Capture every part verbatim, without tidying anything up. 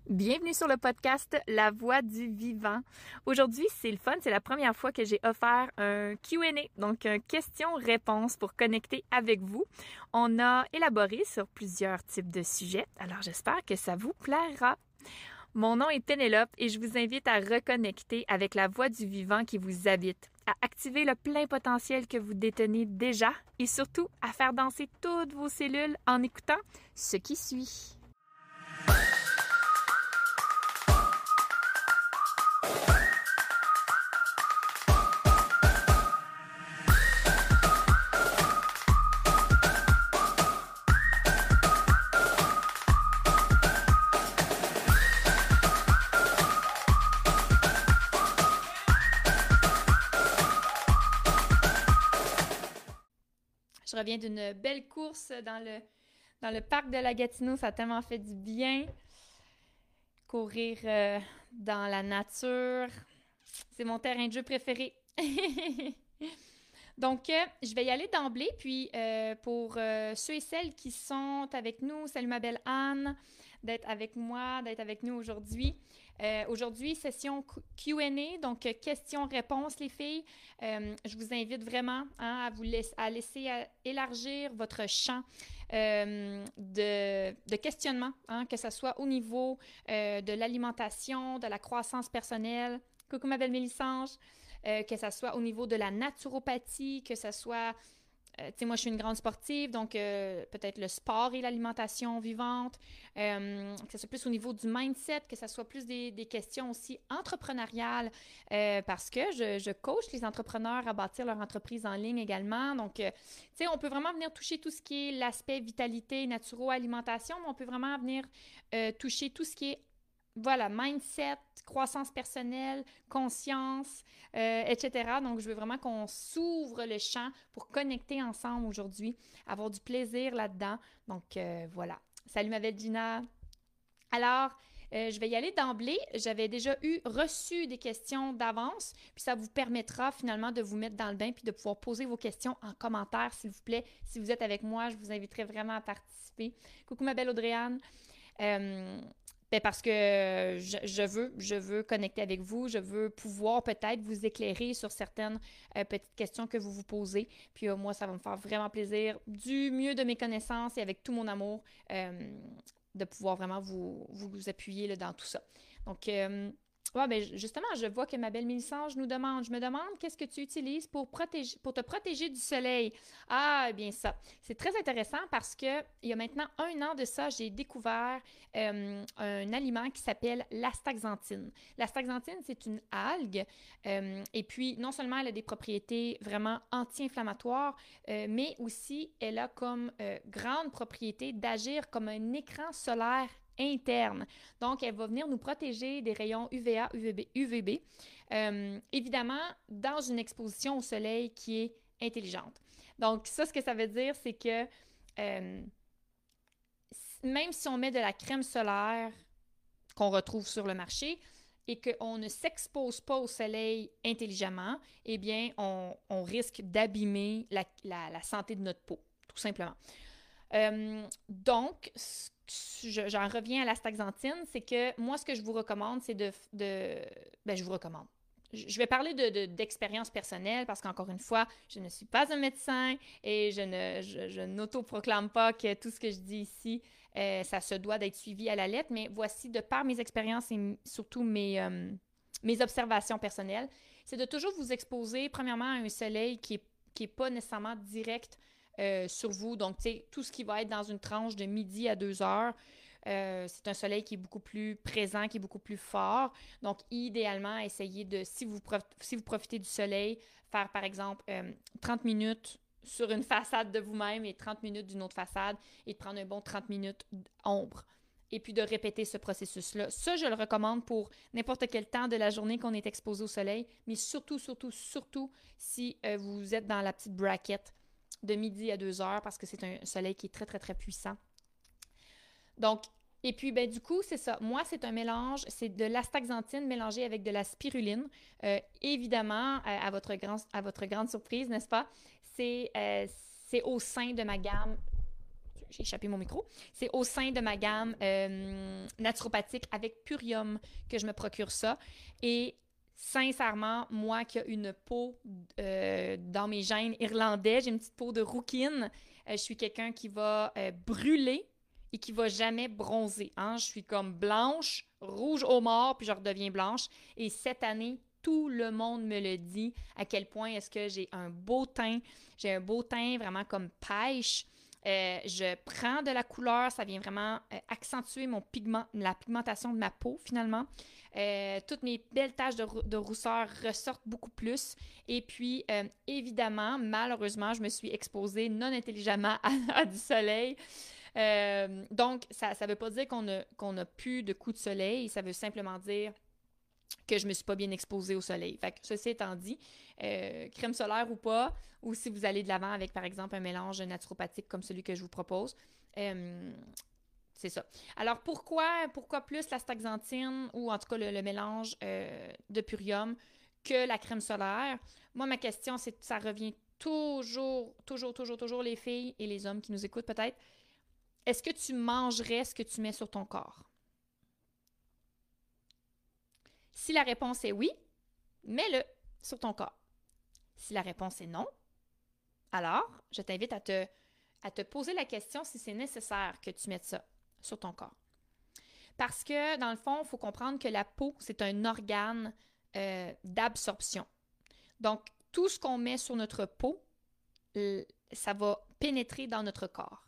Bienvenue sur le podcast La Voix du Vivant. Aujourd'hui, c'est le fun, c'est la première fois que j'ai offert un Q and A, donc un question-réponse pour connecter avec vous. On a élaboré sur plusieurs types de sujets, alors j'espère que ça vous plaira. Mon nom est Pénélope et je vous invite à reconnecter avec la voix du vivant qui vous habite, à activer le plein potentiel que vous détenez déjà et surtout à faire danser toutes vos cellules en écoutant ce qui suit. Je reviens d'une belle course dans le, dans le parc de la Gatineau. Ça a tellement fait du bien. Courir euh, dans la nature. C'est mon terrain de jeu préféré. Donc, euh, je vais y aller d'emblée. Puis, euh, pour euh, ceux et celles qui sont avec nous, salut ma belle Anne, d'être avec moi, d'être avec nous aujourd'hui. Euh, aujourd'hui, session Q and A, donc euh, questions-réponses, les filles. Euh, je vous invite vraiment hein, à vous laisser, à laisser à élargir votre champ euh, de, de questionnement, hein, que ce soit au niveau euh, de l'alimentation, de la croissance personnelle. Coucou ma belle Mélissange. Euh, que ce soit au niveau de la naturopathie, que ce soit... Euh, tu sais, moi, je suis une grande sportive, donc euh, peut-être le sport et l'alimentation vivante, euh, que ce soit plus au niveau du mindset, que ce soit plus des, des questions aussi entrepreneuriales, euh, parce que je, je coach les entrepreneurs à bâtir leur entreprise en ligne également. Donc, euh, tu sais, on peut vraiment venir toucher tout ce qui est l'aspect vitalité, naturo-alimentation, mais on peut vraiment venir euh, toucher tout ce qui est voilà, mindset, croissance personnelle, conscience, euh, et cetera. Donc, je veux vraiment qu'on s'ouvre le champ pour connecter ensemble aujourd'hui, avoir du plaisir là-dedans. Donc, euh, voilà. Salut ma belle Gina. Alors, euh, je vais y aller d'emblée. J'avais déjà eu reçu des questions d'avance, puis ça vous permettra finalement de vous mettre dans le bain puis de pouvoir poser vos questions en commentaire, s'il vous plaît. Si vous êtes avec moi, je vous inviterai vraiment à participer. Coucou ma belle Audrey-Anne. Euh, Ben parce que je, je veux, je veux connecter avec vous, je veux pouvoir peut-être vous éclairer sur certaines euh, petites questions que vous vous posez. Puis euh, moi, ça va me faire vraiment plaisir, du mieux de mes connaissances et avec tout mon amour, euh, de pouvoir vraiment vous, vous, vous appuyer là, dans tout ça. Donc, euh, ouais, ben justement, je vois que ma belle Mélissange nous demande, je me demande qu'est-ce que tu utilises pour protéger, pour te protéger du soleil. Ah, eh bien ça, c'est très intéressant parce que il y a maintenant un an de ça, j'ai découvert euh, un aliment qui s'appelle l'astaxanthine. L'astaxanthine, c'est une algue euh, et puis non seulement elle a des propriétés vraiment anti-inflammatoires, euh, mais aussi elle a comme euh, grande propriété d'agir comme un écran solaire interne. Donc, elle va venir nous protéger des rayons U V A, U V B, U V B euh, évidemment, dans une exposition au soleil qui est intelligente. Donc, ça, ce que ça veut dire, c'est que euh, même si on met de la crème solaire qu'on retrouve sur le marché et qu'on ne s'expose pas au soleil intelligemment, eh bien, on, on risque d'abîmer la, la, la santé de notre peau, tout simplement. Euh, donc, j'en reviens à l'astaxanthine, c'est que moi, ce que je vous recommande, c'est de... de ben, je vous recommande. Je vais parler de, de, d'expérience personnelle parce qu'encore une fois, je ne suis pas un médecin et je, ne, je, je n'auto-proclame pas que tout ce que je dis ici, euh, ça se doit d'être suivi à la lettre, mais voici, de par mes expériences et surtout mes, euh, mes observations personnelles, c'est de toujours vous exposer, premièrement, à un soleil qui n'est qui est pas nécessairement direct Euh, sur vous. Donc, tu sais, tout ce qui va être dans une tranche de midi à deux heures, euh, c'est un soleil qui est beaucoup plus présent, qui est beaucoup plus fort. Donc, idéalement, essayez de, si vous, prof, si vous profitez du soleil, faire par exemple euh, trente minutes sur une façade de vous-même et trente minutes d'une autre façade et de prendre un bon trente minutes d'ombre. Et puis de répéter ce processus-là. Ça, je le recommande pour n'importe quel temps de la journée qu'on est exposé au soleil, mais surtout, surtout, surtout si euh, vous êtes dans la petite bracket de midi à deux heures parce que c'est un soleil qui est très, très, très puissant. Donc, et puis, ben du coup, c'est ça. Moi, c'est un mélange, c'est de l'astaxanthine mélangée avec de la spiruline. Euh, évidemment, à, à, votre grand, à votre grande surprise, n'est-ce pas? C'est, euh, c'est au sein de ma gamme j'ai échappé mon micro. C'est au sein de ma gamme euh, naturopathique avec Purium que je me procure ça. Et sincèrement, moi qui ai une peau euh, dans mes gènes irlandais, j'ai une petite peau de rouquine. Euh, je suis quelqu'un qui va euh, brûler et qui va jamais bronzer. Hein? Je suis comme blanche, rouge au mort, puis je redeviens blanche. Et cette année, tout le monde me le dit, à quel point est-ce que j'ai un beau teint. J'ai un beau teint vraiment comme pêche. Euh, je prends de la couleur, ça vient vraiment euh, accentuer mon pigment, la pigmentation de ma peau finalement. Euh, toutes mes belles taches de, rou- de rousseur ressortent beaucoup plus. Et puis, euh, évidemment, malheureusement, je me suis exposée non intelligemment à, à du soleil. Euh, donc, ça ne veut pas dire qu'on a, qu'on a plus de coups de soleil. Ça veut simplement dire que je ne me suis pas bien exposée au soleil. Fait que, ceci étant dit, euh, crème solaire ou pas, ou si vous allez de l'avant avec, par exemple, un mélange naturopathique comme celui que je vous propose, euh, c'est ça. Alors, pourquoi, pourquoi plus la staxanthine ou en tout cas le, le mélange euh, de Purium que la crème solaire? Moi, ma question, c'est ça revient toujours, toujours, toujours, toujours les filles et les hommes qui nous écoutent peut-être. Est-ce que tu mangerais ce que tu mets sur ton corps? Si la réponse est oui, mets-le sur ton corps. Si la réponse est non, alors je t'invite à te, à te poser la question si c'est nécessaire que tu mettes ça sur ton corps. Parce que, dans le fond, il faut comprendre que la peau, c'est un organe euh, d'absorption. Donc, tout ce qu'on met sur notre peau, ça va pénétrer dans notre corps.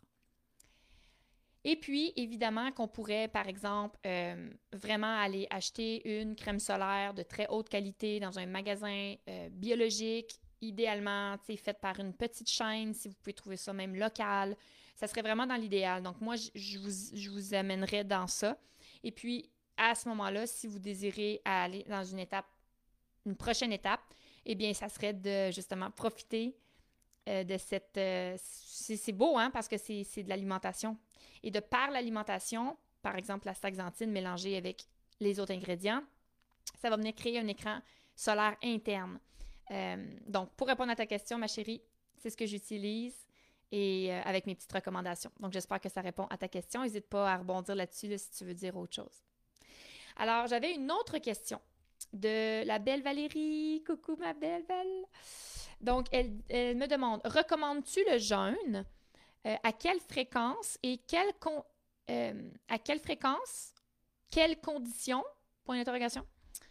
Et puis, évidemment, qu'on pourrait, par exemple, euh, vraiment aller acheter une crème solaire de très haute qualité dans un magasin euh, biologique, idéalement, tu sais, faite par une petite chaîne, si vous pouvez trouver ça même local. Ça serait vraiment dans l'idéal. Donc, moi, je, je, vous, je vous amènerais dans ça. Et puis, à ce moment-là, si vous désirez aller dans une étape, une prochaine étape, eh bien, ça serait de, justement, profiter euh, de cette... Euh, c'est, c'est beau, hein, parce que c'est, c'est de l'alimentation. Et de par l'alimentation, par exemple la staxanthine mélangée avec les autres ingrédients, ça va venir créer un écran solaire interne. Euh, donc, pour répondre à ta question, ma chérie, c'est ce que j'utilise et euh, avec mes petites recommandations. Donc, j'espère que ça répond à ta question. N'hésite pas à rebondir là-dessus là, si tu veux dire autre chose. Alors, j'avais une autre question de la belle Valérie. Coucou, ma belle Val. Donc, elle, elle me demande, recommandes-tu le jeûne? Euh, à quelle fréquence et quelle con- euh, à quelle fréquence, quelles conditions? Point d'interrogation.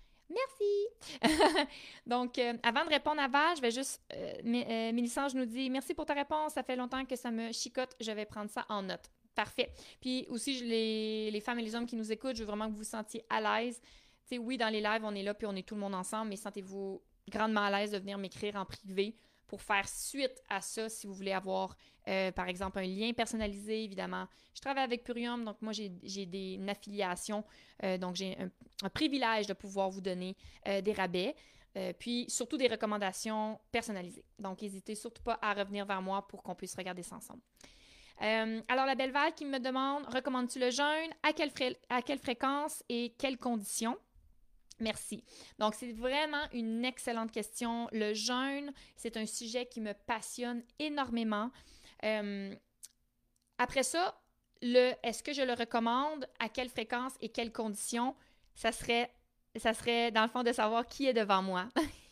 Merci! Donc, euh, avant de répondre à Val, je vais juste... Euh, euh, Mélissande nous dit « Merci pour ta réponse, ça fait longtemps que ça me chicote, je vais prendre ça en note. » Parfait. Puis aussi, je, les, les femmes et les hommes qui nous écoutent, je veux vraiment que vous vous sentiez à l'aise. Tu sais, oui, dans les lives, on est là, puis on est tout le monde ensemble, mais sentez-vous grandement à l'aise de venir m'écrire en privé pour faire suite à ça, si vous voulez avoir, euh, par exemple, un lien personnalisé, évidemment. Je travaille avec Purium, donc moi, j'ai, j'ai des, une affiliation, euh, donc j'ai un, un privilège de pouvoir vous donner euh, des rabais, euh, puis surtout des recommandations personnalisées. Donc, n'hésitez surtout pas à revenir vers moi pour qu'on puisse regarder ça ensemble. Euh, alors, la belle Val qui me demande, recommandes-tu le jeûne? À quelle, fré- à quelle fréquence et quelles conditions? Merci. Donc, c'est vraiment une excellente question. Le jeûne, c'est un sujet qui me passionne énormément. Euh, après ça, le, est-ce que je le recommande? À quelle fréquence et quelles conditions? Ça serait, ça serait dans le fond de savoir qui est devant moi.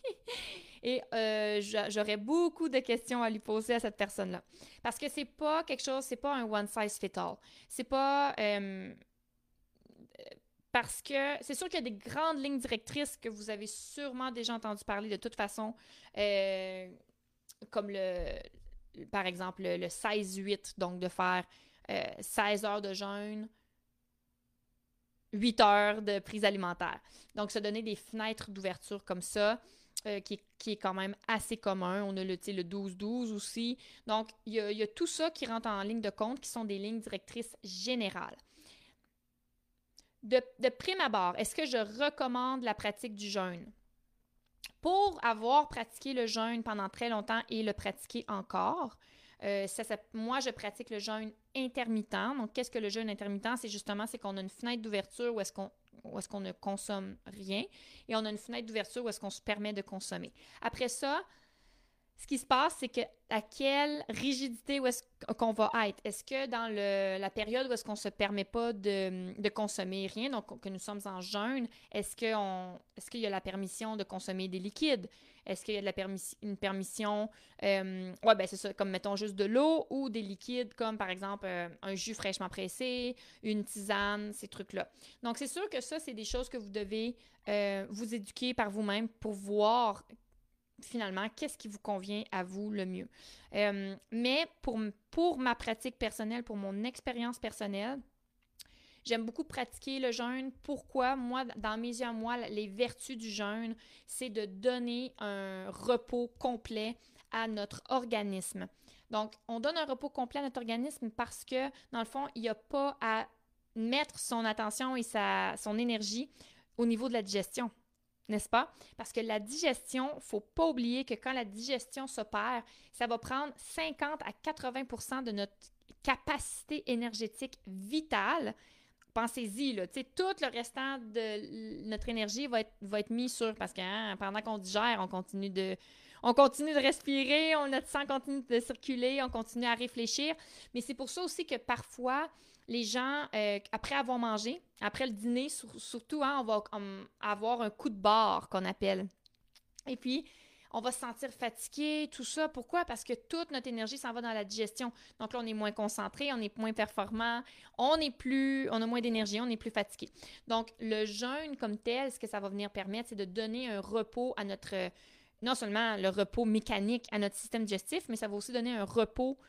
Et euh, j'aurais beaucoup de questions à lui poser à cette personne-là. Parce que c'est pas quelque chose, c'est pas un one size fit all. C'est pas... Euh, Parce que c'est sûr qu'il y a des grandes lignes directrices que vous avez sûrement déjà entendu parler de toute façon, euh, comme le, par exemple le seize huit, donc de faire euh, seize heures de jeûne, huit heures de prise alimentaire. Donc, se donner des fenêtres d'ouverture comme ça, euh, qui, est, qui est quand même assez commun. On a le, le douze douze aussi. Donc, il y a, il y a tout ça qui rentre en ligne de compte, qui sont des lignes directrices générales. De, de prime abord, est-ce que je recommande la pratique du jeûne? Pour avoir pratiqué le jeûne pendant très longtemps et le pratiquer encore, euh, ça, ça, moi, je pratique le jeûne intermittent. Donc, qu'est-ce que le jeûne intermittent? C'est justement, c'est qu'on a une fenêtre d'ouverture où est-ce qu'on, où est-ce qu'on ne consomme rien et on a une fenêtre d'ouverture où est-ce qu'on se permet de consommer. Après ça, ce qui se passe, c'est que à quelle rigidité où est-ce qu'on va être? Est-ce que dans le, la période où est-ce qu'on ne se permet pas de, de consommer rien, donc que nous sommes en jeûne, est-ce que on, est-ce qu'il y a la permission de consommer des liquides? Est-ce qu'il y a de la permis- une permission, euh, ouais, ben c'est ça, comme mettons juste de l'eau ou des liquides comme par exemple euh, un jus fraîchement pressé, une tisane, ces trucs-là. Donc c'est sûr que ça, c'est des choses que vous devez euh, vous éduquer par vous-même pour voir finalement, qu'est-ce qui vous convient à vous le mieux. Euh, mais pour, pour ma pratique personnelle, pour mon expérience personnelle, j'aime beaucoup pratiquer le jeûne. Pourquoi? Moi, dans mes yeux à moi, les vertus du jeûne, c'est de donner un repos complet à notre organisme. Donc, on donne un repos complet à notre organisme parce que, dans le fond, il n'y a pas à mettre son attention et sa, son énergie au niveau de la digestion, n'est-ce pas? Parce que la digestion, il ne faut pas oublier que quand la digestion s'opère, ça va prendre cinquante à quatre-vingts pour cent de notre capacité énergétique vitale. Pensez-y, là, tu sais, tout le restant de notre énergie va être, va être mis sur, parce que hein, pendant qu'on digère, on continue de, on continue de respirer, on, notre sang continue de circuler, on continue à réfléchir. Mais c'est pour ça aussi que parfois, les gens, euh, après avoir mangé, après le dîner, sur, surtout, hein, on va um, avoir un coup de barre qu'on appelle. Et puis, on va se sentir fatigué, tout ça. Pourquoi? Parce que toute notre énergie s'en va dans la digestion. Donc là, on est moins concentré, on est moins performant, on est plus, on a moins d'énergie, on est plus fatigué. Donc, le jeûne comme tel, ce que ça va venir permettre, c'est de donner un repos à notre, non seulement le repos mécanique à notre système digestif, mais ça va aussi donner un repos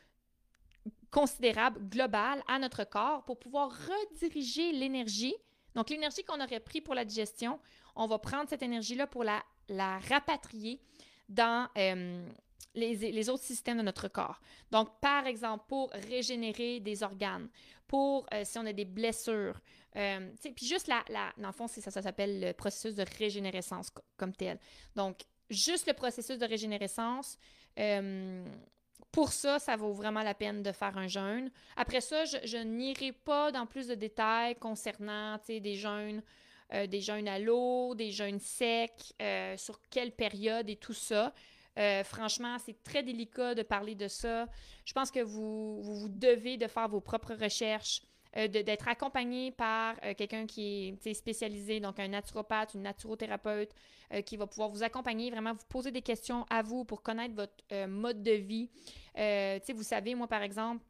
considérable, global à notre corps pour pouvoir rediriger l'énergie. Donc, l'énergie qu'on aurait pris pour la digestion, on va prendre cette énergie-là pour la, la rapatrier dans euh, les, les autres systèmes de notre corps. Donc, par exemple, pour régénérer des organes, pour euh, si on a des blessures, euh, puis juste la, la, dans le fond, c'est ça, ça s'appelle le processus de régénérescence comme tel. Donc, juste le processus de régénérescence, euh, pour ça, ça vaut vraiment la peine de faire un jeûne. Après ça, je, je n'irai pas dans plus de détails concernant des jeûnes, euh, des jeûnes à l'eau, des jeûnes secs, euh, sur quelle période et tout ça. Euh, franchement, c'est très délicat de parler de ça. Je pense que vous, vous, vous devez de faire vos propres recherches, euh, de, d'être accompagné par euh, quelqu'un qui est spécialisé, donc un naturopathe, une naturothérapeute, euh, qui va pouvoir vous accompagner, vraiment vous poser des questions à vous pour connaître votre euh, mode de vie. Euh, vous savez, moi, par exemple,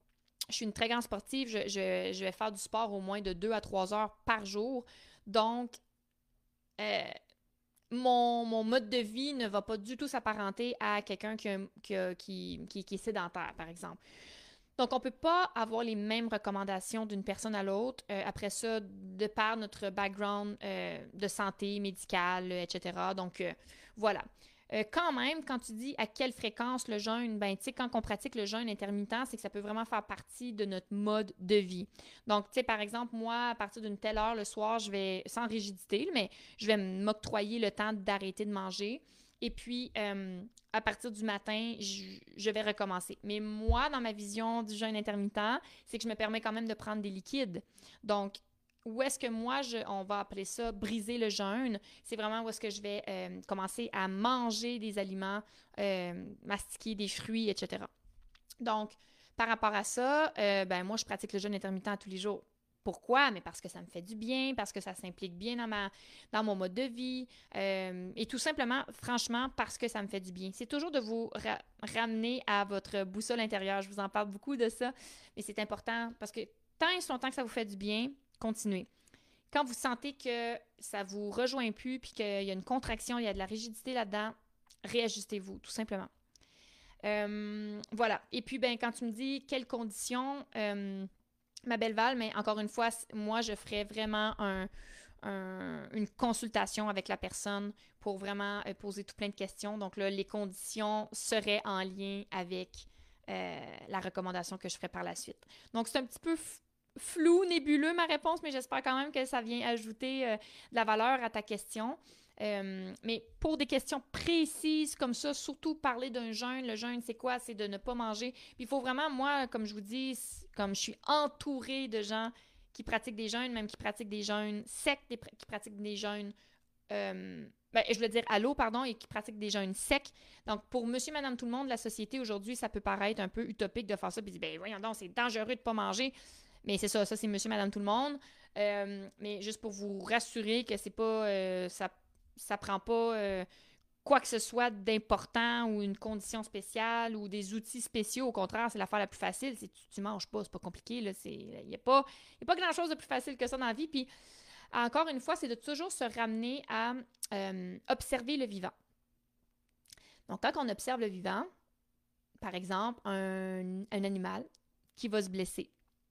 je suis une très grande sportive, je, je, je vais faire du sport au moins de deux à trois heures par jour. Donc, euh, mon, mon mode de vie ne va pas du tout s'apparenter à quelqu'un qui, qui, qui, qui, qui est sédentaire, par exemple. Donc, on ne peut pas avoir les mêmes recommandations d'une personne à l'autre. Euh, après ça, de par notre background euh, de santé médicale, et cetera. Donc, euh, voilà. Euh, quand même, quand tu dis à quelle fréquence le jeûne, ben, tu sais, quand on pratique le jeûne intermittent, c'est que ça peut vraiment faire partie de notre mode de vie. Donc, tu sais, par exemple, moi, à partir d'une telle heure le soir, je vais, sans rigidité, mais je vais m'octroyer le temps d'arrêter de manger. Et puis, euh, à partir du matin, je, je vais recommencer. Mais moi, dans ma vision du jeûne intermittent, c'est que je me permets quand même de prendre des liquides. Donc, où est-ce que moi, je, on va appeler ça briser le jeûne? C'est vraiment où est-ce que je vais euh, commencer à manger des aliments, euh, mastiquer des fruits, et cetera. Donc, par rapport à ça, euh, ben moi, je pratique le jeûne intermittent tous les jours. Pourquoi? Mais parce que ça me fait du bien, parce que ça s'implique bien dans, ma, dans mon mode de vie, euh, et tout simplement, franchement, parce que ça me fait du bien. C'est toujours de vous ra- ramener à votre boussole intérieure. Je vous en parle beaucoup de ça, mais c'est important parce que tant et longtemps que ça vous fait du bien, continuez. Quand vous sentez que ça ne vous rejoint plus, puis qu'il y a une contraction, il y a de la rigidité là-dedans, réajustez-vous, tout simplement. Euh, voilà. Et puis, ben, quand tu me dis quelles conditions... Euh, ma belle Val, mais encore une fois, moi, je ferais vraiment un, un, une consultation avec la personne pour vraiment euh, poser tout plein de questions. Donc là, les conditions seraient en lien avec euh, la recommandation que je ferais par la suite. Donc, c'est un petit peu f- flou, nébuleux ma réponse, mais j'espère quand même que ça vient ajouter euh, de la valeur à ta question. Euh, mais pour des questions précises comme ça, surtout parler d'un jeûne, le jeûne, c'est quoi? C'est de ne pas manger. Puis il faut vraiment, moi, comme je vous dis, comme je suis entourée de gens qui pratiquent des jeûnes, même qui pratiquent des jeûnes secs, des, qui pratiquent des jeûnes Euh, ben, je voulais dire à l'eau, pardon, et qui pratiquent des jeûnes secs. Donc, pour monsieur, madame, tout le monde, la société aujourd'hui, ça peut paraître un peu utopique de faire ça, puis dire, ben voyons donc, c'est dangereux de ne pas manger. Mais c'est ça, ça c'est monsieur, madame, tout le monde. Euh, mais juste pour vous rassurer que c'est pas, euh, ça, ça prend pas euh, quoi que ce soit d'important ou une condition spéciale ou des outils spéciaux. Au contraire, c'est l'affaire la plus facile. C'est tu, tu manges pas, c'est pas compliqué. Il n'y a pas, y a pas grand-chose de plus facile que ça dans la vie. Puis, encore une fois, c'est de toujours se ramener à euh, observer le vivant. Donc, quand on observe le vivant, par exemple, un, un animal qui va se blesser,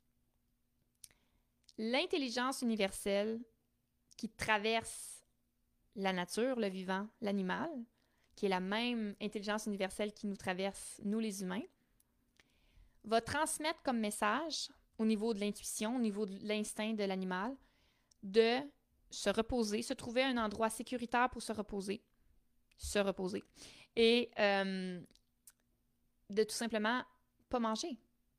l'intelligence universelle qui traverse la nature, le vivant, l'animal, qui est la même intelligence universelle qui nous traverse, nous les humains, va transmettre comme message au niveau de l'intuition, au niveau de l'instinct de l'animal, de se reposer, se trouver un endroit sécuritaire pour se reposer, se reposer, et euh, de tout simplement pas manger.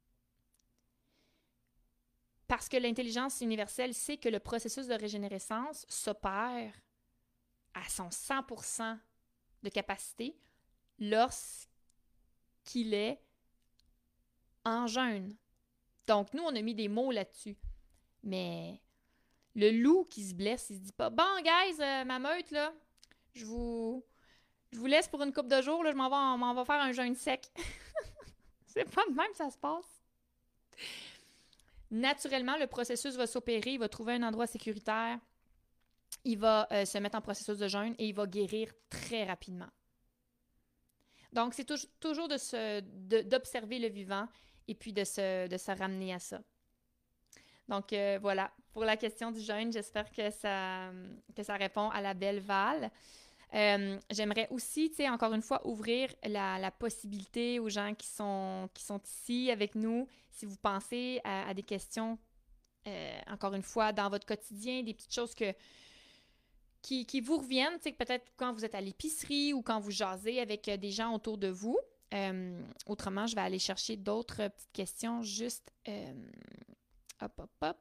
Parce que l'intelligence universelle sait que le processus de régénérescence s'opère à son cent pour cent de capacité lorsqu'il est en jeûne. Donc, nous, on a mis des mots là-dessus. Mais le loup qui se blesse, il se dit pas « Bon, guys, euh, ma meute, là, je vous, je vous laisse pour une couple de jours, là, je m'en vais, m'en vais faire un jeûne sec. » C'est pas de même que ça se passe. Naturellement, le processus va s'opérer, il va trouver un endroit sécuritaire, il va euh, se mettre en processus de jeûne et il va guérir très rapidement. Donc, c'est tou- toujours de se, de, d'observer le vivant et puis de se, de se ramener à ça. Donc, euh, voilà, pour la question du jeûne, j'espère que ça, que ça répond à la belle Val. Euh, j'aimerais aussi, tu sais, encore une fois, ouvrir la, la possibilité aux gens qui sont, qui sont ici avec nous, si vous pensez à, à des questions, euh, encore une fois, dans votre quotidien, des petites choses que, qui, qui vous reviennent, tu sais, peut-être quand vous êtes à l'épicerie ou quand vous jasez avec des gens autour de vous. Euh, autrement, je vais aller chercher d'autres petites questions, juste... Euh, hop, hop, hop.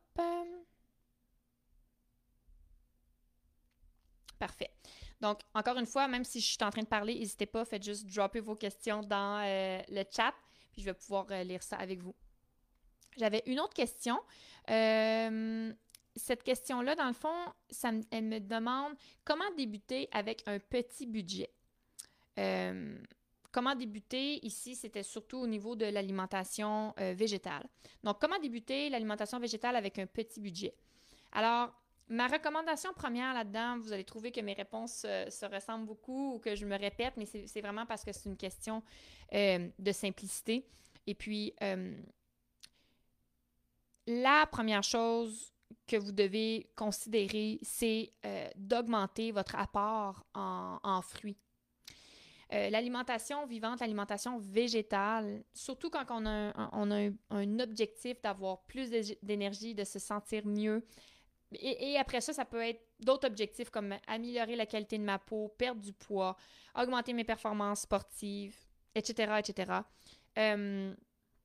Parfait. Donc, encore une fois, même si je suis en train de parler, n'hésitez pas, faites juste dropper vos questions dans euh, le chat, puis je vais pouvoir euh, lire ça avec vous. J'avais une autre question. Euh, cette question-là, dans le fond, ça me, elle me demande comment débuter avec un petit budget. Euh, comment débuter, ici, c'était surtout au niveau de l'alimentation euh, végétale. Donc, comment débuter l'alimentation végétale avec un petit budget? Alors, ma recommandation première là-dedans, vous allez trouver que mes réponses euh, se ressemblent beaucoup ou que je me répète, mais c'est, c'est vraiment parce que c'est une question euh, de simplicité. Et puis, euh, la première chose que vous devez considérer, c'est euh, d'augmenter votre apport en, en fruits. Euh, l'alimentation vivante, l'alimentation végétale, surtout quand on a un, on a un, un objectif d'avoir plus d'énergie, de se sentir mieux. Et, et après ça, ça peut être d'autres objectifs comme améliorer la qualité de ma peau, perdre du poids, augmenter mes performances sportives, et cetera, et cetera. Euh,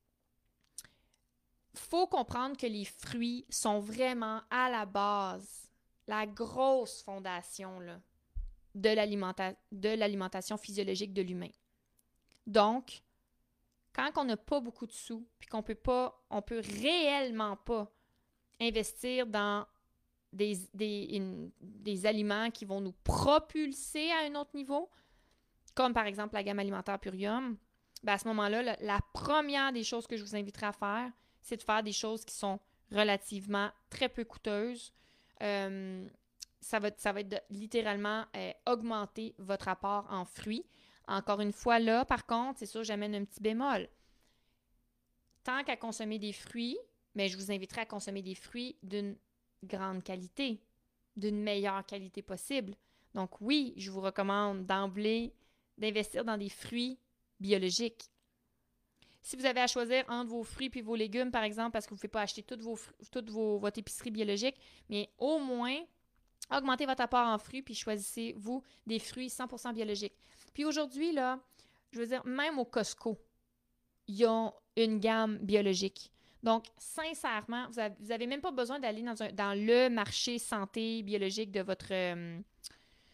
faut comprendre que les fruits sont vraiment à la base, la grosse fondation là, de, l'alimenta- de l'alimentation physiologique de l'humain. Donc, quand on n'a pas beaucoup de sous, puis qu'on peut pas, on peut réellement pas investir dans des, des, une, des aliments qui vont nous propulser à un autre niveau, comme par exemple la gamme alimentaire Purium, ben à ce moment-là, la, la première des choses que je vous inviterai à faire, c'est de faire des choses qui sont relativement très peu coûteuses. Euh, ça va, ça va être de, littéralement euh, augmenter votre apport en fruits. Encore une fois, là, par contre, c'est sûr, j'amène un petit bémol. Tant qu'à consommer des fruits, mais je vous inviterai à consommer des fruits d'une grande qualité, d'une meilleure qualité possible. Donc oui, je vous recommande d'emblée d'investir dans des fruits biologiques. Si vous avez à choisir entre vos fruits et vos légumes, par exemple, parce que vous ne pouvez pas acheter toute, vos, toute vos, votre épicerie biologique, mais au moins, augmentez votre apport en fruits puis choisissez, vous, des fruits cent pour cent biologiques. Puis aujourd'hui, là, je veux dire, même au Costco, ils ont une gamme biologique. Donc, sincèrement, vous n'avez avez même pas besoin d'aller dans, un, dans le marché santé biologique de votre, euh,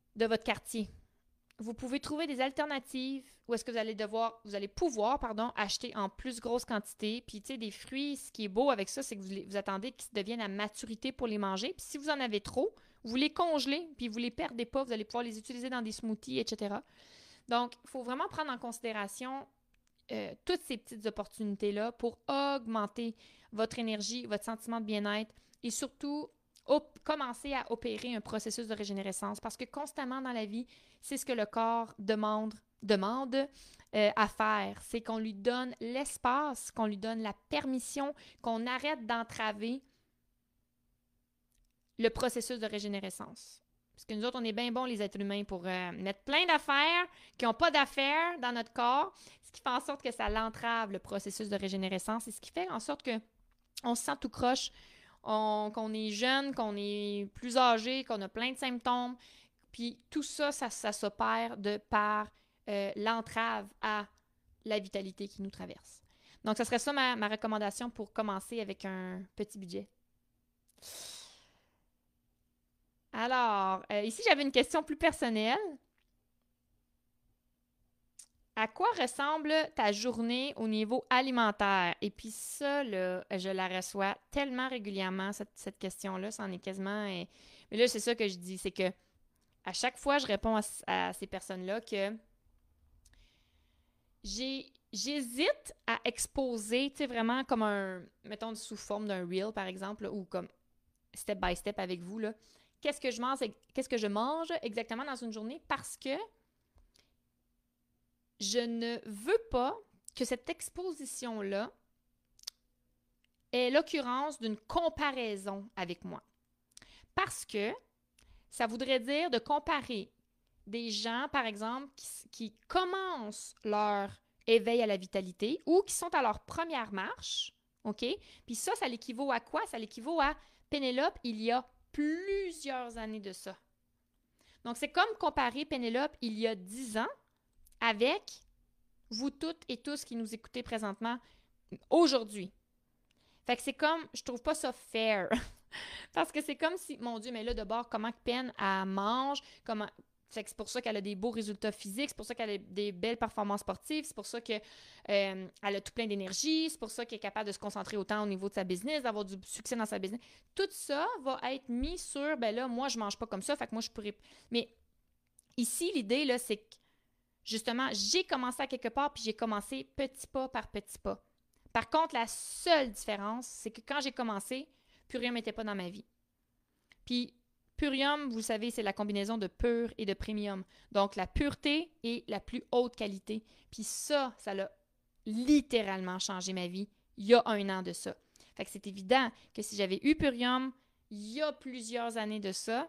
de votre quartier. Vous pouvez trouver des alternatives où est-ce que vous allez devoir, vous allez pouvoir, pardon, acheter en plus grosse quantité. Puis, tu sais, des fruits, ce qui est beau avec ça, c'est que vous, les, vous attendez qu'ils deviennent à maturité pour les manger. Puis, si vous en avez trop, vous les congelez, puis vous les perdez pas. Vous allez pouvoir les utiliser dans des smoothies, et cetera. Donc, il faut vraiment prendre en considération euh, toutes ces petites opportunités-là pour augmenter votre énergie, votre sentiment de bien-être et surtout op- commencer à opérer un processus de régénérescence parce que constamment dans la vie, c'est ce que le corps demande, demande euh, à faire. C'est qu'on lui donne l'espace, qu'on lui donne la permission, qu'on arrête d'entraver le processus de régénérescence. Parce que nous autres, on est bien bons, les êtres humains, pour euh, mettre plein d'affaires qui n'ont pas d'affaires dans notre corps, ce qui fait en sorte que ça l'entrave, le processus de régénérescence, et ce qui fait en sorte qu'on se sent tout croche, on, qu'on est jeune, qu'on est plus âgé, qu'on a plein de symptômes. Puis tout ça, ça, ça s'opère de par euh, l'entrave à la vitalité qui nous traverse. Donc, ce serait ça ma, ma recommandation pour commencer avec un petit budget. Alors, euh, ici, j'avais une question plus personnelle. À quoi ressemble ta journée au niveau alimentaire? Et puis ça, là, je la reçois tellement régulièrement, cette, cette question-là, ça en est quasiment... euh, Mais là, c'est ça que je dis, c'est que à chaque fois, je réponds à, à ces personnes-là que j'ai, j'hésite à exposer, tu sais, vraiment comme un, mettons, sous forme d'un reel, par exemple, là, ou comme step by step avec vous, là. Qu'est-ce que je mange, qu'est-ce que je mange exactement dans une journée parce que je ne veux pas que cette exposition-là ait l'occurrence d'une comparaison avec moi. Parce que ça voudrait dire de comparer des gens, par exemple, qui, qui commencent leur éveil à la vitalité ou qui sont à leur première marche, OK? Puis ça, ça l'équivaut à quoi? Ça l'équivaut à Pénélope il y a plusieurs années de ça. Donc, c'est comme comparer Pénélope il y a dix ans avec vous toutes et tous qui nous écoutez présentement aujourd'hui. Fait que c'est comme, je trouve pas ça fair. Parce que c'est comme si, mon Dieu, mais là, de bord, comment Pen, elle mange, comment... Fait que c'est pour ça qu'elle a des beaux résultats physiques, c'est pour ça qu'elle a des belles performances sportives, c'est pour ça qu'elle euh, a tout plein d'énergie, c'est pour ça qu'elle est capable de se concentrer autant au niveau de sa business, d'avoir du succès dans sa business. Tout ça va être mis sur, ben là, moi, je mange pas comme ça, fait que moi, je pourrais... Mais ici, l'idée, là, c'est que, justement, j'ai commencé à quelque part, puis j'ai commencé petit pas par petit pas. Par contre, la seule différence, c'est que quand j'ai commencé, Purium n'était pas dans ma vie. Puis, Purium, vous savez, c'est la combinaison de pur et de premium. Donc, la pureté et la plus haute qualité. Puis ça, ça l'a littéralement changé ma vie il y a un an de ça. Fait que c'est évident que si j'avais eu Purium il y a plusieurs années de ça,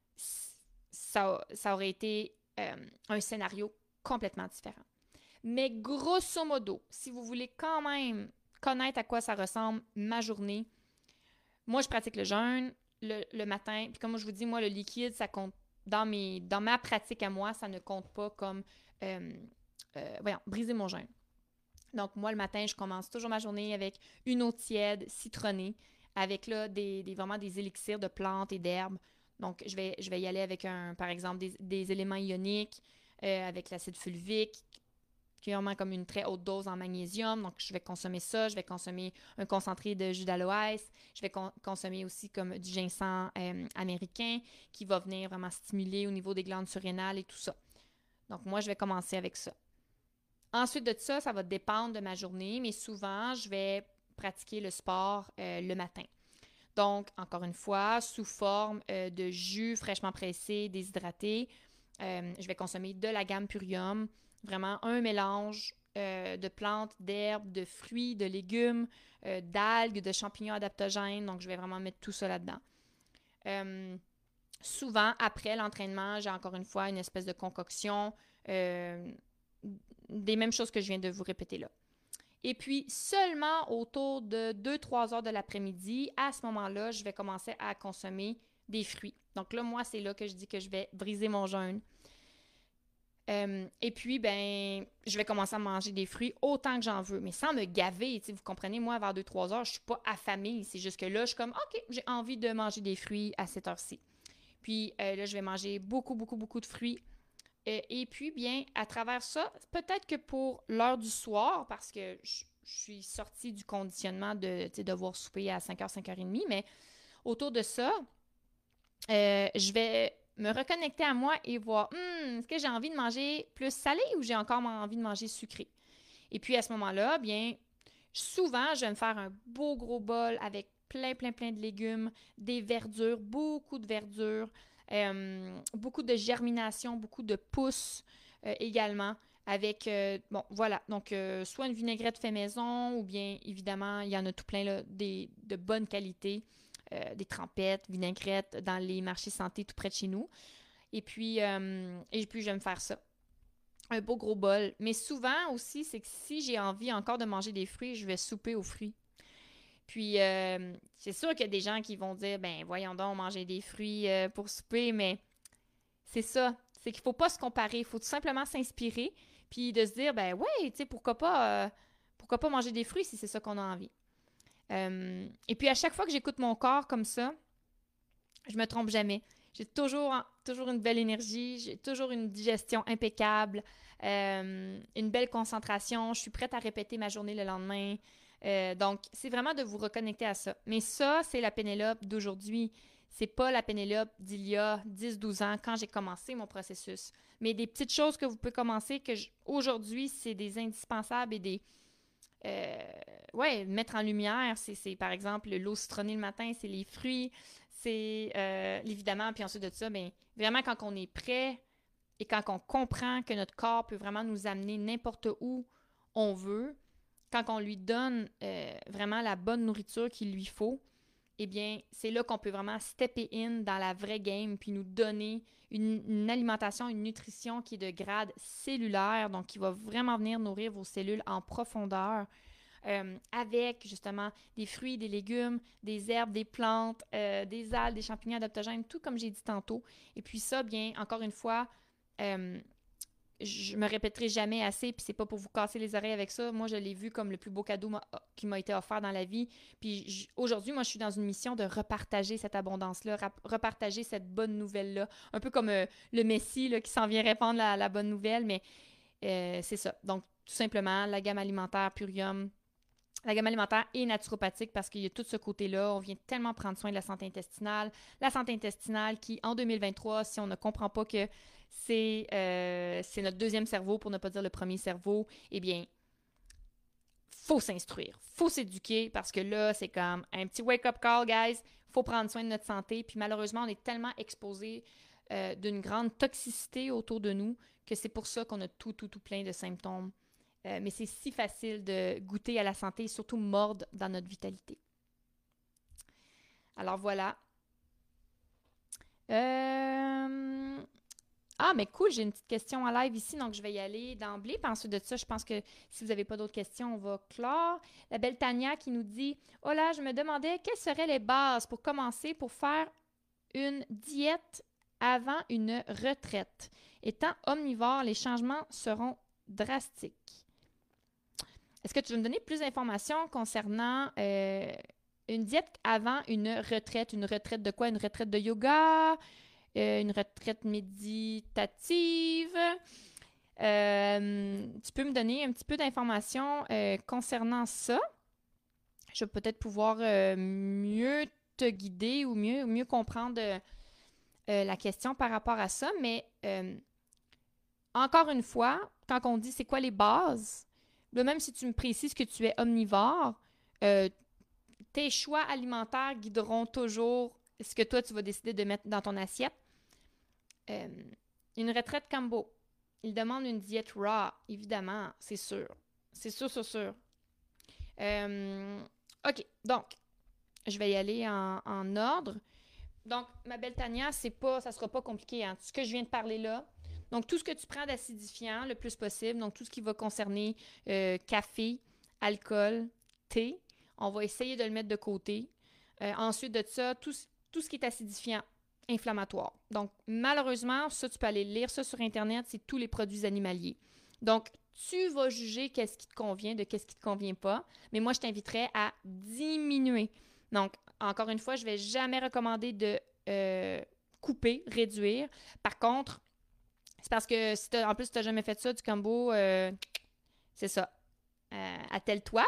ça, ça aurait été euh, un scénario complètement différent. Mais grosso modo, si vous voulez quand même connaître à quoi ça ressemble ma journée, moi, je pratique le jeûne le, le matin. Puis comme je vous dis, moi, le liquide, ça compte dans, mes, dans ma pratique à moi, ça ne compte pas comme, euh, euh, voyons, briser mon jeûne. Donc, moi, le matin, je commence toujours ma journée avec une eau tiède, citronnée, avec là, des, des, vraiment des élixirs de plantes et d'herbes. Donc, je vais, je vais y aller avec, un, par exemple, des, des éléments ioniques, euh, avec l'acide fulvique, qui est vraiment comme une très haute dose en magnésium. Donc, je vais consommer ça. Je vais consommer un concentré de jus d'aloès. Je vais con- consommer aussi comme du ginseng euh, américain qui va venir vraiment stimuler au niveau des glandes surrénales et tout ça. Donc, moi, je vais commencer avec ça. Ensuite de ça, ça va dépendre de ma journée, mais souvent, je vais pratiquer le sport euh, le matin. Donc, encore une fois, sous forme euh, de jus fraîchement pressé, déshydraté, euh, je vais consommer de la gamme Purium, vraiment un mélange euh, de plantes, d'herbes, de fruits, de légumes, euh, d'algues, de champignons adaptogènes. Donc, je vais vraiment mettre tout ça là-dedans. Euh, souvent, après l'entraînement, j'ai encore une fois une espèce de concoction, euh, des mêmes choses que je viens de vous répéter là. Et puis, seulement autour de deux trois heures de l'après-midi, à ce moment-là, je vais commencer à consommer des fruits. Donc là, moi, c'est là que je dis que je vais briser mon jeûne. Euh, et puis, ben, je vais commencer à manger des fruits autant que j'en veux, mais sans me gaver. Vous comprenez, moi, vers deux trois heures, je ne suis pas affamée. C'est juste que là, je suis comme, OK, j'ai envie de manger des fruits à cette heure-ci. Puis euh, là, je vais manger beaucoup, beaucoup, beaucoup de fruits. Euh, et puis, bien, à travers ça, peut-être que pour l'heure du soir, parce que je, je suis sortie du conditionnement de devoir souper à cinq heures, cinq heures trente, mais autour de ça, euh, je vais me reconnecter à moi et voir, hmm, est-ce que j'ai envie de manger plus salé ou j'ai encore envie de manger sucré? Et puis, à ce moment-là, bien, souvent, je vais me faire un beau gros bol avec plein, plein, plein de légumes, des verdures, beaucoup de verdures, euh, beaucoup de germination, beaucoup de pousses euh, également. Avec, euh, bon, voilà, donc euh, soit une vinaigrette fait maison ou bien, évidemment, il y en a tout plein, là, des, de bonne qualité, euh, des trempettes, vinaigrettes dans les marchés santé tout près de chez nous. Et puis, euh, et puis je vais me faire ça un beau gros bol. Mais souvent aussi, c'est que si j'ai envie encore de manger des fruits, je vais souper aux fruits. Puis, euh, c'est sûr qu'il y a des gens qui vont dire, ben voyons donc, manger des fruits euh, pour souper, mais c'est ça. C'est qu'il faut pas se comparer. Il faut tout simplement s'inspirer, puis de se dire, ben ouais, tu sais, pourquoi pas, euh, pourquoi pas manger des fruits si c'est ça qu'on a envie. Euh, et puis, à chaque fois que j'écoute mon corps comme ça, je me trompe jamais. J'ai toujours, toujours une belle énergie, j'ai toujours une digestion impeccable, euh, une belle concentration. Je suis prête à répéter ma journée le lendemain. Euh, donc, c'est vraiment de vous reconnecter à ça. Mais ça, c'est la Pénélope d'aujourd'hui. C'est pas la Pénélope d'il y a dix douze ans quand j'ai commencé mon processus. Mais des petites choses que vous pouvez commencer que je, aujourd'hui, c'est des indispensables et des... Euh, ouais, mettre en lumière, c'est, c'est par exemple l'eau citronnée le matin, c'est les fruits, c'est euh, évidemment, puis ensuite de ça, bien, vraiment quand on est prêt et quand on comprend que notre corps peut vraiment nous amener n'importe où on veut, quand on lui donne euh, vraiment la bonne nourriture qu'il lui faut, eh bien, c'est là qu'on peut vraiment stepper in dans la vraie game puis nous donner une, une alimentation, une nutrition qui est de grade cellulaire, donc qui va vraiment venir nourrir vos cellules en profondeur. Euh, avec justement des fruits, des légumes, des herbes, des plantes, euh, des algues, des champignons adaptogènes, tout comme j'ai dit tantôt. Et puis ça, bien, encore une fois, euh, je me répéterai jamais assez, puis c'est pas pour vous casser les oreilles avec ça. Moi, je l'ai vu comme le plus beau cadeau m'a- qui m'a été offert dans la vie. Puis j- aujourd'hui, moi, je suis dans une mission de repartager cette abondance-là, rap- repartager cette bonne nouvelle-là. Un peu comme euh, le Messie là, qui s'en vient répandre la, la bonne nouvelle, mais euh, c'est ça. Donc, tout simplement, la gamme alimentaire Purium, la gamme alimentaire et naturopathique parce qu'il y a tout ce côté-là. On vient tellement prendre soin de la santé intestinale. La santé intestinale qui, en deux mille vingt-trois, si on ne comprend pas que c'est, euh, c'est notre deuxième cerveau, pour ne pas dire le premier cerveau, eh bien, faut s'instruire, faut s'éduquer parce que là, c'est comme un petit wake-up call, guys. Faut prendre soin de notre santé. Puis malheureusement, on est tellement exposé euh, d'une grande toxicité autour de nous que c'est pour ça qu'on a tout, tout, tout plein de symptômes. Euh, mais c'est si facile de goûter à la santé et surtout mordre dans notre vitalité. Alors voilà. Euh... Ah, mais cool, j'ai une petite question en live ici, donc je vais y aller d'emblée. Puis ensuite de ça, je pense que si vous n'avez pas d'autres questions, on va clore. La belle Tania qui nous dit « Oh là, je me demandais quelles seraient les bases pour commencer pour faire une diète avant une retraite. Étant omnivore, les changements seront drastiques. » Est-ce que tu veux me donner plus d'informations concernant euh, une diète avant une retraite? Une retraite de quoi? Une retraite de yoga? Euh, une retraite méditative? Euh, tu peux me donner un petit peu d'informations euh, concernant ça? Je vais peut-être pouvoir euh, mieux te guider ou mieux, mieux comprendre euh, euh, la question par rapport à ça. Mais euh, encore une fois, quand on dit c'est quoi les bases, là, même si tu me précises que tu es omnivore, euh, tes choix alimentaires guideront toujours ce que toi, tu vas décider de mettre dans ton assiette. Euh, une retraite combo. Il demande une diète raw, évidemment, c'est sûr. C'est sûr, sûr, sûr. Euh, OK, donc, je vais y aller en, en ordre. Donc, ma belle Tania, c'est pas, ça sera pas compliqué. Hein. Ce que je viens de parler là, donc tout ce que tu prends d'acidifiant le plus possible, donc tout ce qui va concerner euh, café, alcool, thé, on va essayer de le mettre de côté. Euh, ensuite de ça, tout, tout ce qui est acidifiant, inflammatoire. Donc, malheureusement, ça, tu peux aller lire ça sur Internet, c'est tous les produits animaliers. Donc, tu vas juger qu'est-ce qui te convient de qu'est-ce qui te convient pas, mais moi, je t'inviterais à diminuer. Donc, encore une fois, je ne vais jamais recommander de euh, couper, réduire. Par contre, c'est parce que si t'as, en plus, si tu n'as jamais fait ça, du combo, euh, c'est ça. Euh, attelle-toi.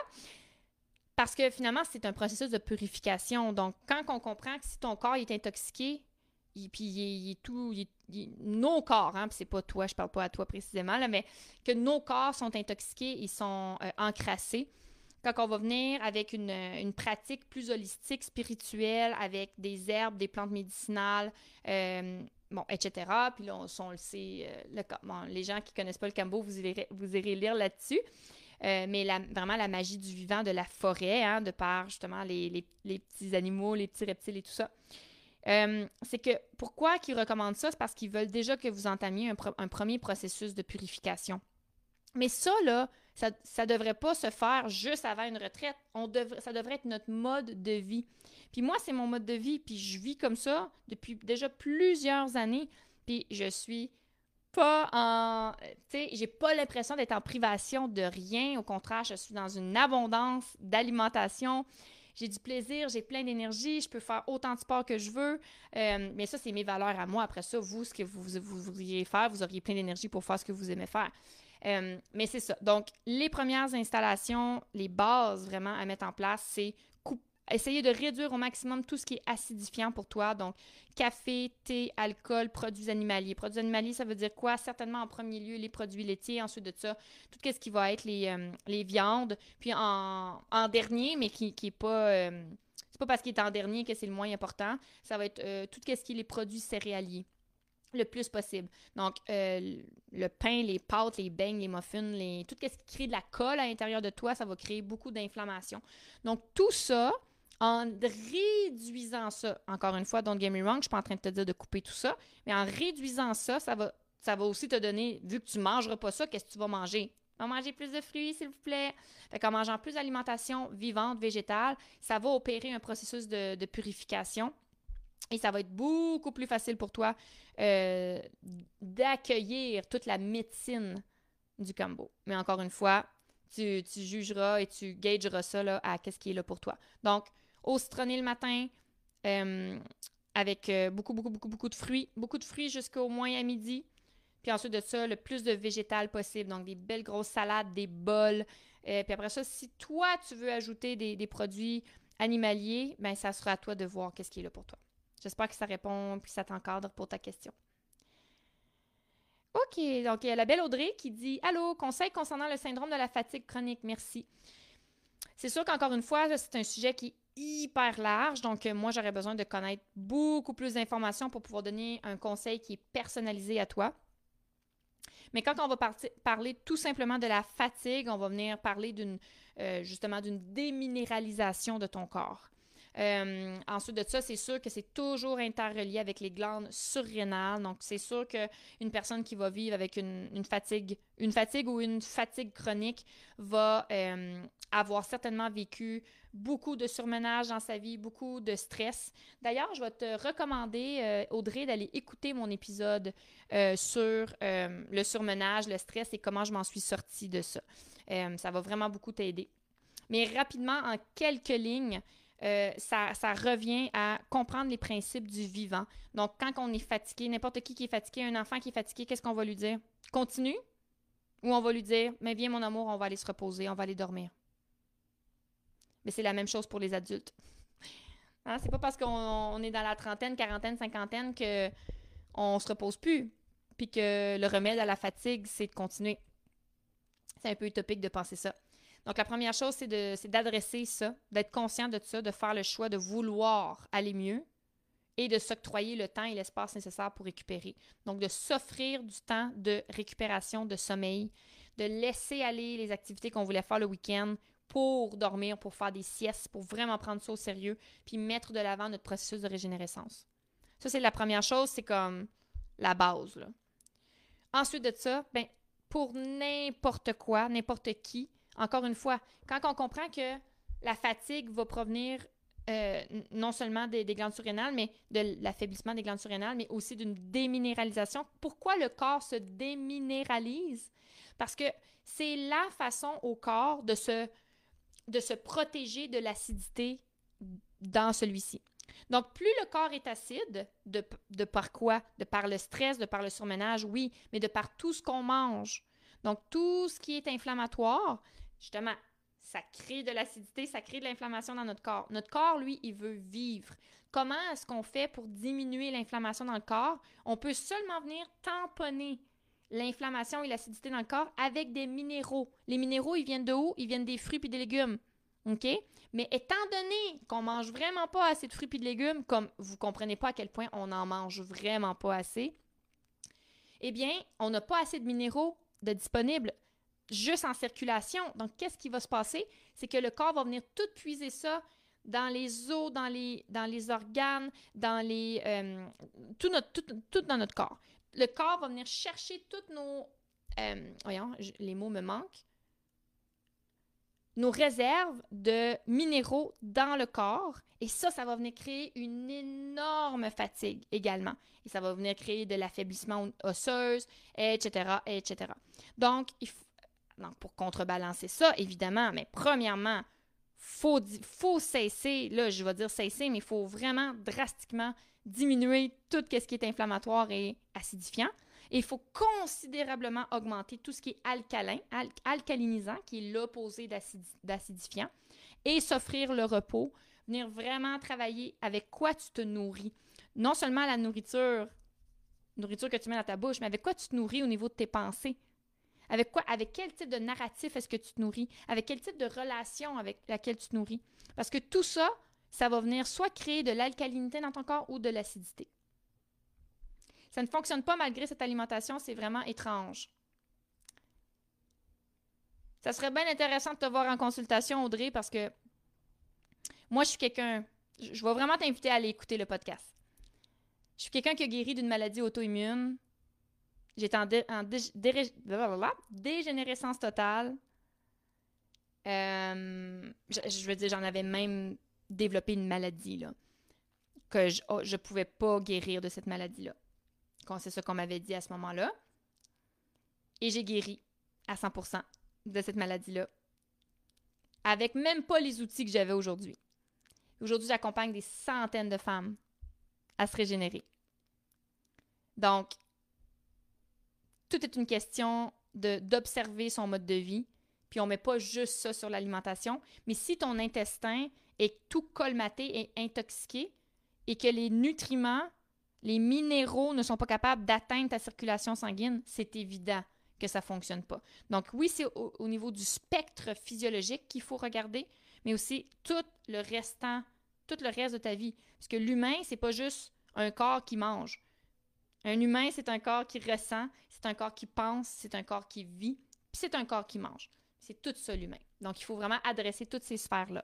Parce que finalement, c'est un processus de purification. Donc, quand on comprend que si ton corps est intoxiqué, il, puis il est, il est tout, il est, il est, nos corps, hein, puis c'est pas toi, je parle pas à toi précisément, là, mais que nos corps sont intoxiqués, ils sont euh, encrassés. Quand on va venir avec une, une pratique plus holistique, spirituelle, avec des herbes, des plantes médicinales, euh, bon, et cetera. Puis là, on, on le sait, euh, le, bon, les gens qui connaissent pas le Kambo, vous irez, vous irez lire là-dessus. Euh, mais la, vraiment la magie du vivant, de la forêt, hein, de par justement les, les, les petits animaux, les petits reptiles et tout ça. Euh, c'est que pourquoi ils recommandent ça? C'est parce qu'ils veulent déjà que vous entamiez un, pro- un premier processus de purification. Mais ça, là, ça ne devrait pas se faire juste avant une retraite. On devrait, ça devrait être notre mode de vie. Puis moi, c'est mon mode de vie, puis je vis comme ça depuis déjà plusieurs années, puis je suis pas en... Tu sais, j'ai pas l'impression d'être en privation de rien. Au contraire, je suis dans une abondance d'alimentation. J'ai du plaisir, j'ai plein d'énergie, je peux faire autant de sport que je veux. Euh, mais ça, c'est mes valeurs à moi. Après ça, vous, ce que vous, vous voudriez faire, vous auriez plein d'énergie pour faire ce que vous aimez faire. Euh, mais c'est ça. Donc, les premières installations, les bases vraiment à mettre en place, c'est coup- essayer de réduire au maximum tout ce qui est acidifiant pour toi. Donc, café, thé, alcool, produits animaliers. Produits animaliers, ça veut dire quoi? Certainement en premier lieu, les produits laitiers. Ensuite de ça, tout ce qui va être les, euh, les viandes. Puis en, en dernier, mais qui n'est pas... Euh, c'est pas parce qu'il est en dernier que c'est le moins important. Ça va être euh, tout ce qui est les produits céréaliers. Le plus possible. Donc, euh, le pain, les pâtes, les beignes, les muffins, les... tout ce qui crée de la colle à l'intérieur de toi, ça va créer beaucoup d'inflammation. Donc, tout ça, en réduisant ça, encore une fois, don't get me wrong, je ne suis pas en train de te dire de couper tout ça, mais en réduisant ça, ça va, ça va aussi te donner, vu que tu ne mangeras pas ça, qu'est-ce que tu vas manger? Tu vas manger plus de fruits, s'il vous plaît. Fait qu'en mangeant plus d'alimentation vivante, végétale, ça va opérer un processus de, de purification. Et ça va être beaucoup plus facile pour toi euh, d'accueillir toute la médecine du Kambo. Mais encore une fois, tu, tu jugeras et tu gageras ça là, à qu'est-ce qui est là pour toi. Donc, au citronné le matin, euh, avec euh, beaucoup, beaucoup, beaucoup, beaucoup de fruits. Beaucoup de fruits jusqu'au moins à midi. Puis ensuite de ça, le plus de végétal possible. Donc, des belles grosses salades, des bols. Euh, puis après ça, si toi, tu veux ajouter des, des produits animaliers, bien, ça sera à toi de voir qu'est-ce qui est là pour toi. J'espère que ça répond et que ça t'encadre pour ta question. OK, donc il y a la belle Audrey qui dit « Allô, conseil concernant le syndrome de la fatigue chronique, merci. » C'est sûr qu'encore une fois, c'est un sujet qui est hyper large, donc moi, j'aurais besoin de connaître beaucoup plus d'informations pour pouvoir donner un conseil qui est personnalisé à toi. Mais quand on va partir, parler tout simplement de la fatigue, on va venir parler d'une euh, justement d'une déminéralisation de ton corps. Euh, ensuite de ça, c'est sûr que c'est toujours interrelié avec les glandes surrénales. Donc, c'est sûr qu'une personne qui va vivre avec une, une fatigue, une fatigue ou une fatigue chronique va euh, avoir certainement vécu beaucoup de surmenage dans sa vie, beaucoup de stress. D'ailleurs, je vais te recommander, euh, Audrey, d'aller écouter mon épisode euh, sur euh, le surmenage, le stress et comment je m'en suis sortie de ça. Euh, ça va vraiment beaucoup t'aider. Mais rapidement, en quelques lignes, Euh, ça, ça revient à comprendre les principes du vivant. Donc, quand on est fatigué, n'importe qui qui est fatigué, un enfant qui est fatigué, qu'est-ce qu'on va lui dire? Continue? Ou on va lui dire, mais viens mon amour, on va aller se reposer, on va aller dormir. Mais c'est la même chose pour les adultes. Hein? C'est pas parce qu'on on est dans la trentaine, quarantaine, cinquantaine qu'on ne se repose plus, puis que le remède à la fatigue, c'est de continuer. C'est un peu utopique de penser ça. Donc, la première chose, c'est, de, c'est d'adresser ça, d'être conscient de ça, de faire le choix de vouloir aller mieux et de s'octroyer le temps et l'espace nécessaire pour récupérer. Donc, de s'offrir du temps de récupération, de sommeil, de laisser aller les activités qu'on voulait faire le week-end pour dormir, pour faire des siestes, pour vraiment prendre ça au sérieux, puis mettre de l'avant notre processus de régénérescence. Ça, c'est la première chose, c'est comme la base, là. Ensuite de ça, ben, pour n'importe quoi, n'importe qui, encore une fois, quand on comprend que la fatigue va provenir euh, non seulement des, des glandes surrénales, mais de l'affaiblissement des glandes surrénales, mais aussi d'une déminéralisation. Pourquoi le corps se déminéralise? Parce que c'est la façon au corps de se, de se protéger de l'acidité dans celui-ci. Donc, plus le corps est acide, de, de par quoi? De par le stress, de par le surmenage, oui, mais de par tout ce qu'on mange. Donc, tout ce qui est inflammatoire, justement, ça crée de l'acidité, ça crée de l'inflammation dans notre corps. Notre corps, lui, il veut vivre. Comment est-ce qu'on fait pour diminuer l'inflammation dans le corps? On peut seulement venir tamponner l'inflammation et l'acidité dans le corps avec des minéraux. Les minéraux, ils viennent de où? Ils viennent des fruits et des légumes. OK? Mais étant donné qu'on mange vraiment pas assez de fruits et de légumes, comme vous comprenez pas à quel point on en mange vraiment pas assez, eh bien, on n'a pas assez de minéraux de disponibles juste en circulation. Donc, qu'est-ce qui va se passer? C'est que le corps va venir tout puiser ça dans les os, dans les, dans les organes, dans les, euh, tout, notre, tout, tout dans notre corps. Le corps va venir chercher toutes nos... Euh, voyons, je, les mots me manquent. Nos réserves de minéraux dans le corps. Et ça, ça va venir créer une énorme fatigue également. Et ça va venir créer de l'affaiblissement osseux, et cetera, et cetera. Donc, il faut, donc, pour contrebalancer ça, évidemment, mais premièrement, faut, faut cesser, là, je vais dire cesser, mais il faut vraiment drastiquement diminuer tout ce qui est inflammatoire et acidifiant. Et il faut considérablement augmenter tout ce qui est alcalin, al- alcalinisant, qui est l'opposé d'acidi- d'acidifiant, et s'offrir le repos, venir vraiment travailler avec quoi tu te nourris. Non seulement la nourriture, nourriture que tu mets dans ta bouche, mais avec quoi tu te nourris au niveau de tes pensées. Avec quoi, avec quel type de narratif est-ce que tu te nourris? Avec quel type de relation avec laquelle tu te nourris? Parce que tout ça, ça va venir soit créer de l'alcalinité dans ton corps ou de l'acidité. Ça ne fonctionne pas malgré cette alimentation, c'est vraiment étrange. Ça serait bien intéressant de te voir en consultation, Audrey, parce que moi, je suis quelqu'un... Je vais vraiment t'inviter à aller écouter le podcast. Je suis quelqu'un qui a guéri d'une maladie auto-immune. J'étais en, dé, en dé, dé, dégénérescence totale. Euh, je, je veux dire, j'en avais même développé une maladie, là, que je ne pouvais pas guérir de cette maladie-là. C'est ça qu'on m'avait dit à ce moment-là. Et j'ai guéri à cent pour cent de cette maladie-là. Avec même pas les outils que j'avais aujourd'hui. Aujourd'hui, j'accompagne des centaines de femmes à se régénérer. Donc, tout est une question de, d'observer son mode de vie. Puis on ne met pas juste ça sur l'alimentation. Mais si ton intestin est tout colmaté et intoxiqué et que les nutriments, les minéraux ne sont pas capables d'atteindre ta circulation sanguine, c'est évident que ça ne fonctionne pas. Donc oui, c'est au, au niveau du spectre physiologique qu'il faut regarder, mais aussi tout le restant, tout le reste de ta vie. Parce que l'humain, c'est pas juste un corps qui mange. Un humain, c'est un corps qui ressent, c'est un corps qui pense, c'est un corps qui vit, puis c'est un corps qui mange. C'est tout ça l'humain. Donc il faut vraiment adresser toutes ces sphères-là.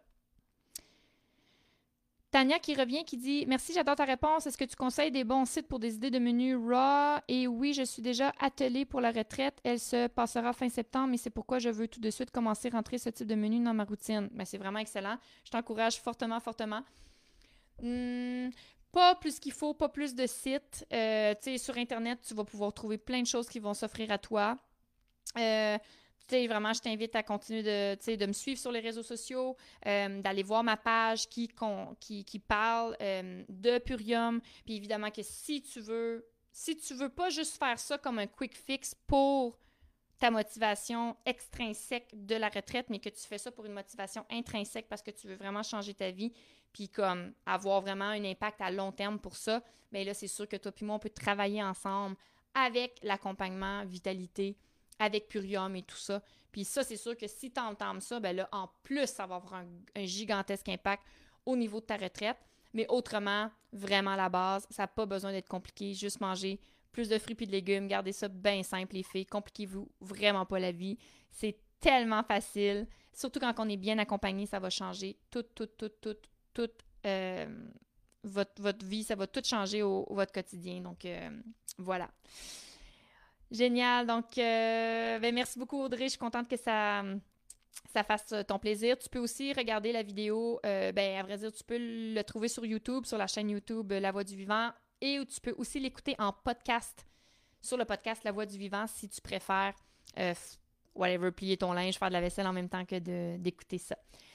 Tania qui revient, qui dit « Merci, j'adore ta réponse. Est-ce que tu conseilles des bons sites pour des idées de menus raw? Et oui, je suis déjà attelée pour la retraite. Elle se passera fin septembre, et c'est pourquoi je veux tout de suite commencer à rentrer ce type de menu dans ma routine. » Ben, c'est vraiment excellent. Je t'encourage fortement, fortement. Hum, pas plus qu'il faut, pas plus de sites. Euh, tu sais, sur Internet, tu vas pouvoir trouver plein de choses qui vont s'offrir à toi. Euh, Tu sais, vraiment, je t'invite à continuer de, tu sais, de me suivre sur les réseaux sociaux, euh, d'aller voir ma page qui, qui, qui parle euh, de Purium. Puis évidemment que si tu veux, si tu veux pas juste faire ça comme un quick fix pour ta motivation extrinsèque de la retraite, mais que tu fais ça pour une motivation intrinsèque parce que tu veux vraiment changer ta vie, puis comme avoir vraiment un impact à long terme pour ça, bien là, c'est sûr que toi et moi, on peut travailler ensemble avec l'accompagnement Vitalité, avec Purium et tout ça. Puis ça, c'est sûr que si tu entends ça, ben là, en plus, ça va avoir un, un gigantesque impact au niveau de ta retraite. Mais autrement, vraiment la base, ça n'a pas besoin d'être compliqué. Juste manger plus de fruits et de légumes. Gardez ça bien simple, les filles. Compliquez-vous vraiment pas la vie. C'est tellement facile. Surtout quand on est bien accompagné, ça va changer toute, toute, toute, toute, toute euh, votre, votre vie. Ça va tout changer au, au votre quotidien. Donc, euh, voilà. Génial. Donc, euh, ben merci beaucoup, Audrey. Je suis contente que ça, ça fasse ton plaisir. Tu peux aussi regarder la vidéo. Euh, ben, à vrai dire, tu peux le trouver sur YouTube, sur la chaîne YouTube La Voix du Vivant. Et tu peux aussi l'écouter en podcast, sur le podcast La Voix du Vivant, si tu préfères, euh, whatever, plier ton linge, faire de la vaisselle en même temps que de, d'écouter ça.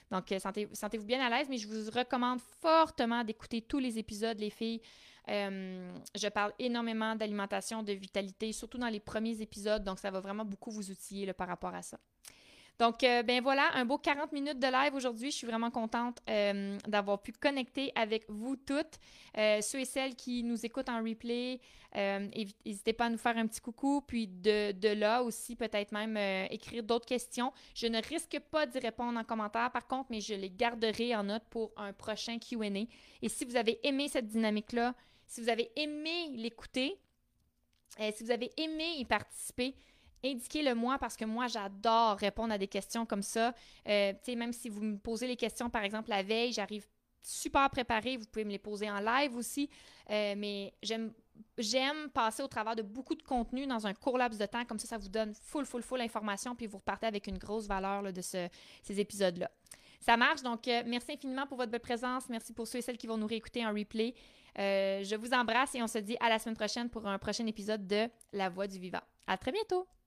Donc, euh, sentez, sentez-vous bien à l'aise, mais je vous recommande fortement d'écouter tous les épisodes, les filles. Euh, je parle énormément d'alimentation, de vitalité, surtout dans les premiers épisodes, donc ça va vraiment beaucoup vous outiller là, par rapport à ça. Donc, euh, ben voilà, un beau quarante minutes de live aujourd'hui. Je suis vraiment contente euh, d'avoir pu connecter avec vous toutes. Euh, ceux et celles qui nous écoutent en replay, euh, n'hésitez pas à nous faire un petit coucou. Puis de, de là aussi, peut-être même euh, écrire d'autres questions. Je ne risque pas d'y répondre en commentaire, par contre, mais je les garderai en note pour un prochain Q and A. Et si vous avez aimé cette dynamique-là, si vous avez aimé l'écouter, euh, si vous avez aimé y participer, indiquez-le moi parce que moi, j'adore répondre à des questions comme ça. Euh, tu sais, même si vous me posez les questions, par exemple, la veille, j'arrive super préparée. Vous pouvez me les poser en live aussi. Euh, mais j'aime, j'aime passer au travers de beaucoup de contenu dans un court laps de temps. Comme ça, ça vous donne full, full, full information. Puis vous repartez avec une grosse valeur là, de ce, ces épisodes-là. Ça marche. Donc, euh, merci infiniment pour votre belle présence. Merci pour ceux et celles qui vont nous réécouter en replay. Euh, je vous embrasse et on se dit à la semaine prochaine pour un prochain épisode de La Voix du Vivant. À très bientôt!